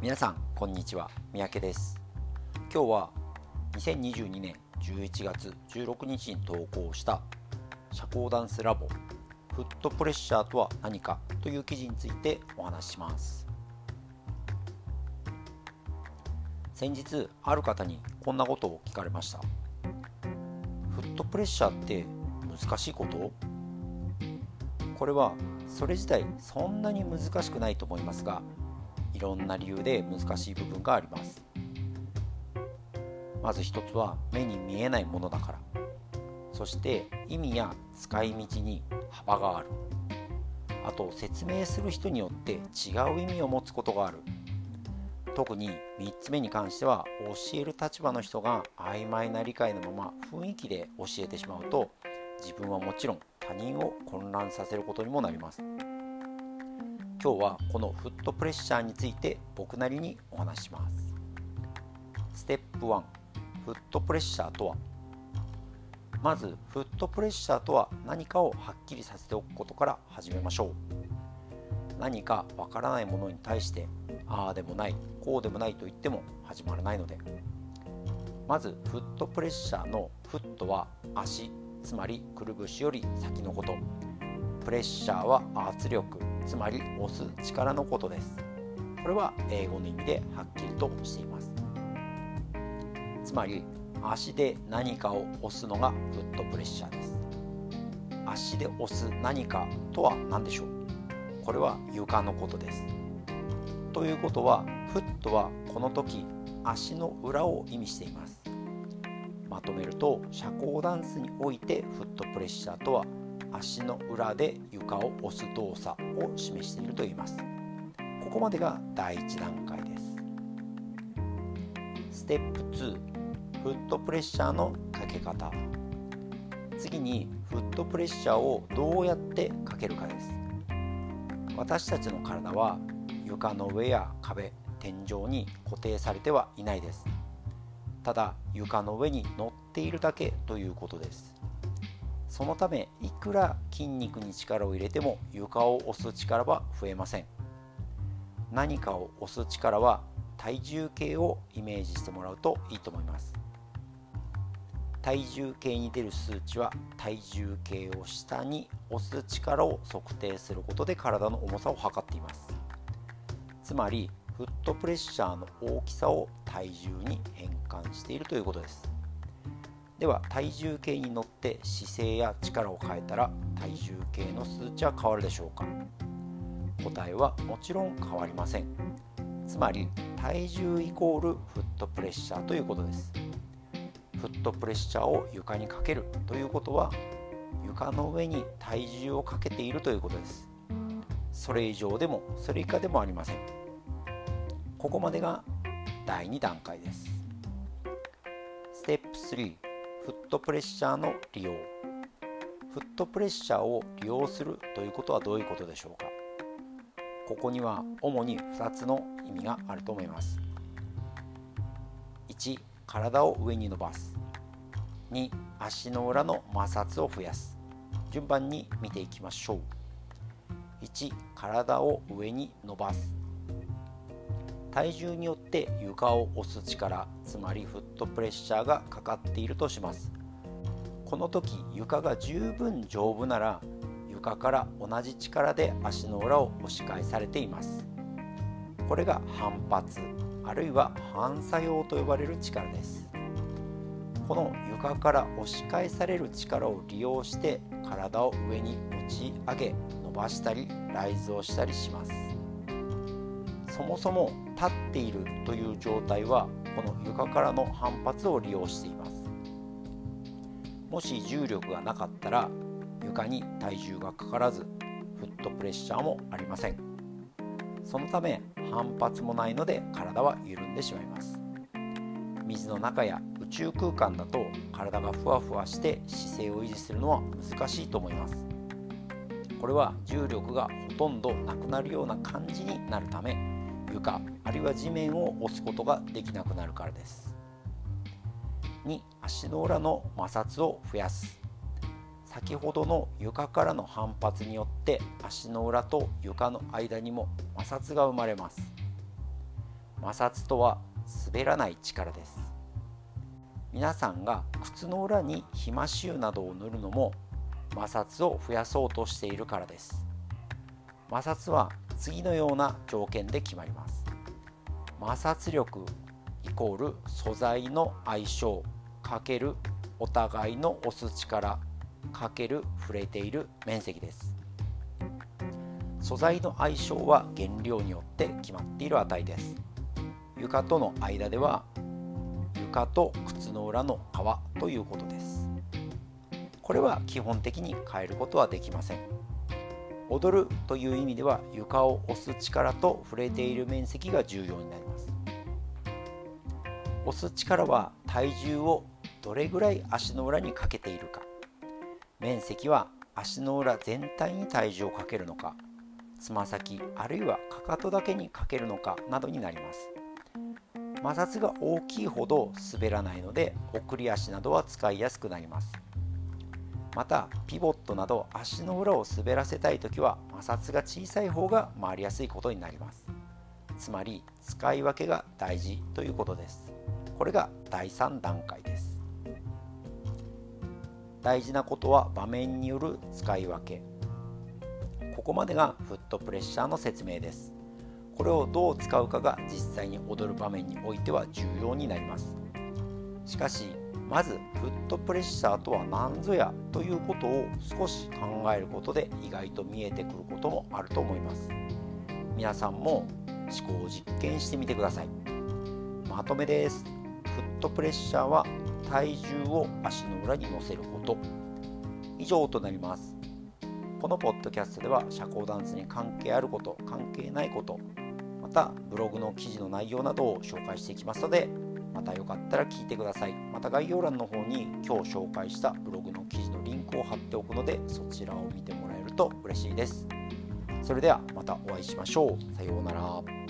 皆さんこんにちは、三宅です。今日は2022年11月16日に投稿した社交ダンスラボフットプレッシャーとは何かという記事についてお話しします。先日ある方にこんなことを聞かれました。フットプレッシャーって難しいこと？これはそれ自体そんなに難しくないと思いますが、いろんな理由で難しい部分があります。まず一つは目に見えないものだから、そして意味や使い道に幅がある、あと説明する人によって違う意味を持つことがある。特に3つ目に関しては、教える立場の人が曖昧な理解のまま雰囲気で教えてしまうと、自分はもちろん他人を混乱させることにもなります。今日はこのフットプレッシャーについて僕なりにお話しします。ステップ1、フットプレッシャーとは。まずフットプレッシャーとは何かをはっきりさせておくことから始めましょう。何かわからないものに対してああでもないこうでもないと言っても始まらないので、まずフットプレッシャーのフットは足、つまりくるぶしより先のこと。プレッシャーは圧力、つまり押す力のことです。これは英語の意味ではっきりとしています。つまり足で何かを押すのがフットプレッシャーです。足で押す何かとは何でしょう？これは床のことです。ということは、フットはこの時足の裏を意味しています。まとめると、社交ダンスにおいてフットプレッシャーとは足の裏で床を押す動作を示していると言います。ここまでが第1段階です。ステップ2、フットプレッシャーのかけ方。次にフットプレッシャーをどうやってかけるかです。私たちの体は床の上や壁、天井に固定されてはいないです。ただ床の上に乗っているだけということです。そのためいくら筋肉に力を入れても床を押す力は増えません。何かを押す力は体重計をイメージしてもらうといいと思います。体重計に出る数値は体重計を下に押す力を測定することで体の重さを測っています。つまりフットプレッシャーの大きさを体重に変換しているということです。では体重計に乗って姿勢や力を変えたら体重計の数値は変わるでしょうか？答えはもちろん変わりません。つまり体重イコールフットプレッシャーということです。フットプレッシャーを床にかけるということは、床の上に体重をかけているということです。それ以上でもそれ以下でもありません。ここまでが第2段階です。ステップ3、フットプレッシャーの利用。フットプレッシャーを利用するということはどういうことでしょうか？ここには主に2つの意味があると思います。1、体を上に伸ばす。2、足の裏の摩擦を増やす。順番に見ていきましょう。1、体を上に伸ばす。体重によって床を押す力、つまりフットプレッシャーがかかっているとします。この時床が十分丈夫なら、床から同じ力で足の裏を押し返されています。これが反発、あるいは反作用と呼ばれる力です。この床から押し返される力を利用して体を上に持ち上げ、伸ばしたりライズをしたりします。そもそも立っているという状態はこの床からの反発を利用しています。もし重力がなかったら床に体重がかからずフットプレッシャーもありません。そのため反発もないので体は緩んでしまいます。水の中や宇宙空間だと体がふわふわして姿勢を維持するのは難しいと思います。これは重力がほとんどなくなるような感じになるため、床あるいは地面を押すことができなくなるからです。2、足の裏の摩擦を増やす。先ほどの床からの反発によって足の裏と床の間にも摩擦が生まれます。 摩擦とは滑らない力です。皆さんが靴の裏にひまし油などを塗るのも摩擦を増やそうとしているからです。摩擦は次のような条件で決まります。摩擦力イコール素材の相性×お互いの押す力×触れている面積です。素材の相性は原料によって決まっている値です。床との間では床と靴の裏の革ということです。これは基本的に変えることはできません。踊るという意味では床を押す力と触れている面積が重要になります。押す力は体重をどれぐらい足の裏にかけているか、面積は足の裏全体に体重をかけるのか、つま先あるいはかかとだけにかけるのかなどになります。摩擦が大きいほど滑らないので送り足などは使いやすくなります。またピボットなど足の裏を滑らせたいときは摩擦が小さい方が回りやすいことになります。つまり使い分けが大事ということです。これが第3段階です。大事なことは場面による使い分け。ここまでがフットプレッシャーの説明です。これをどう使うかが実際に踊る場面においては重要になります。しかしまずフットプレッシャーとは何ぞやということを少し考えることで意外と見えてくることもあると思います。皆さんも思考を実験してみてください。まとめです。フットプレッシャーは体重を足の裏に乗せること。以上となります。このポッドキャストでは社交ダンスに関係あること、関係ないこと、またブログの記事の内容などを紹介していきますので、またよかったら聞いてください。また概要欄の方に今日紹介したブログの記事のリンクを貼っておくので、そちらを見てもらえると嬉しいです。それではまたお会いしましょう。さようなら。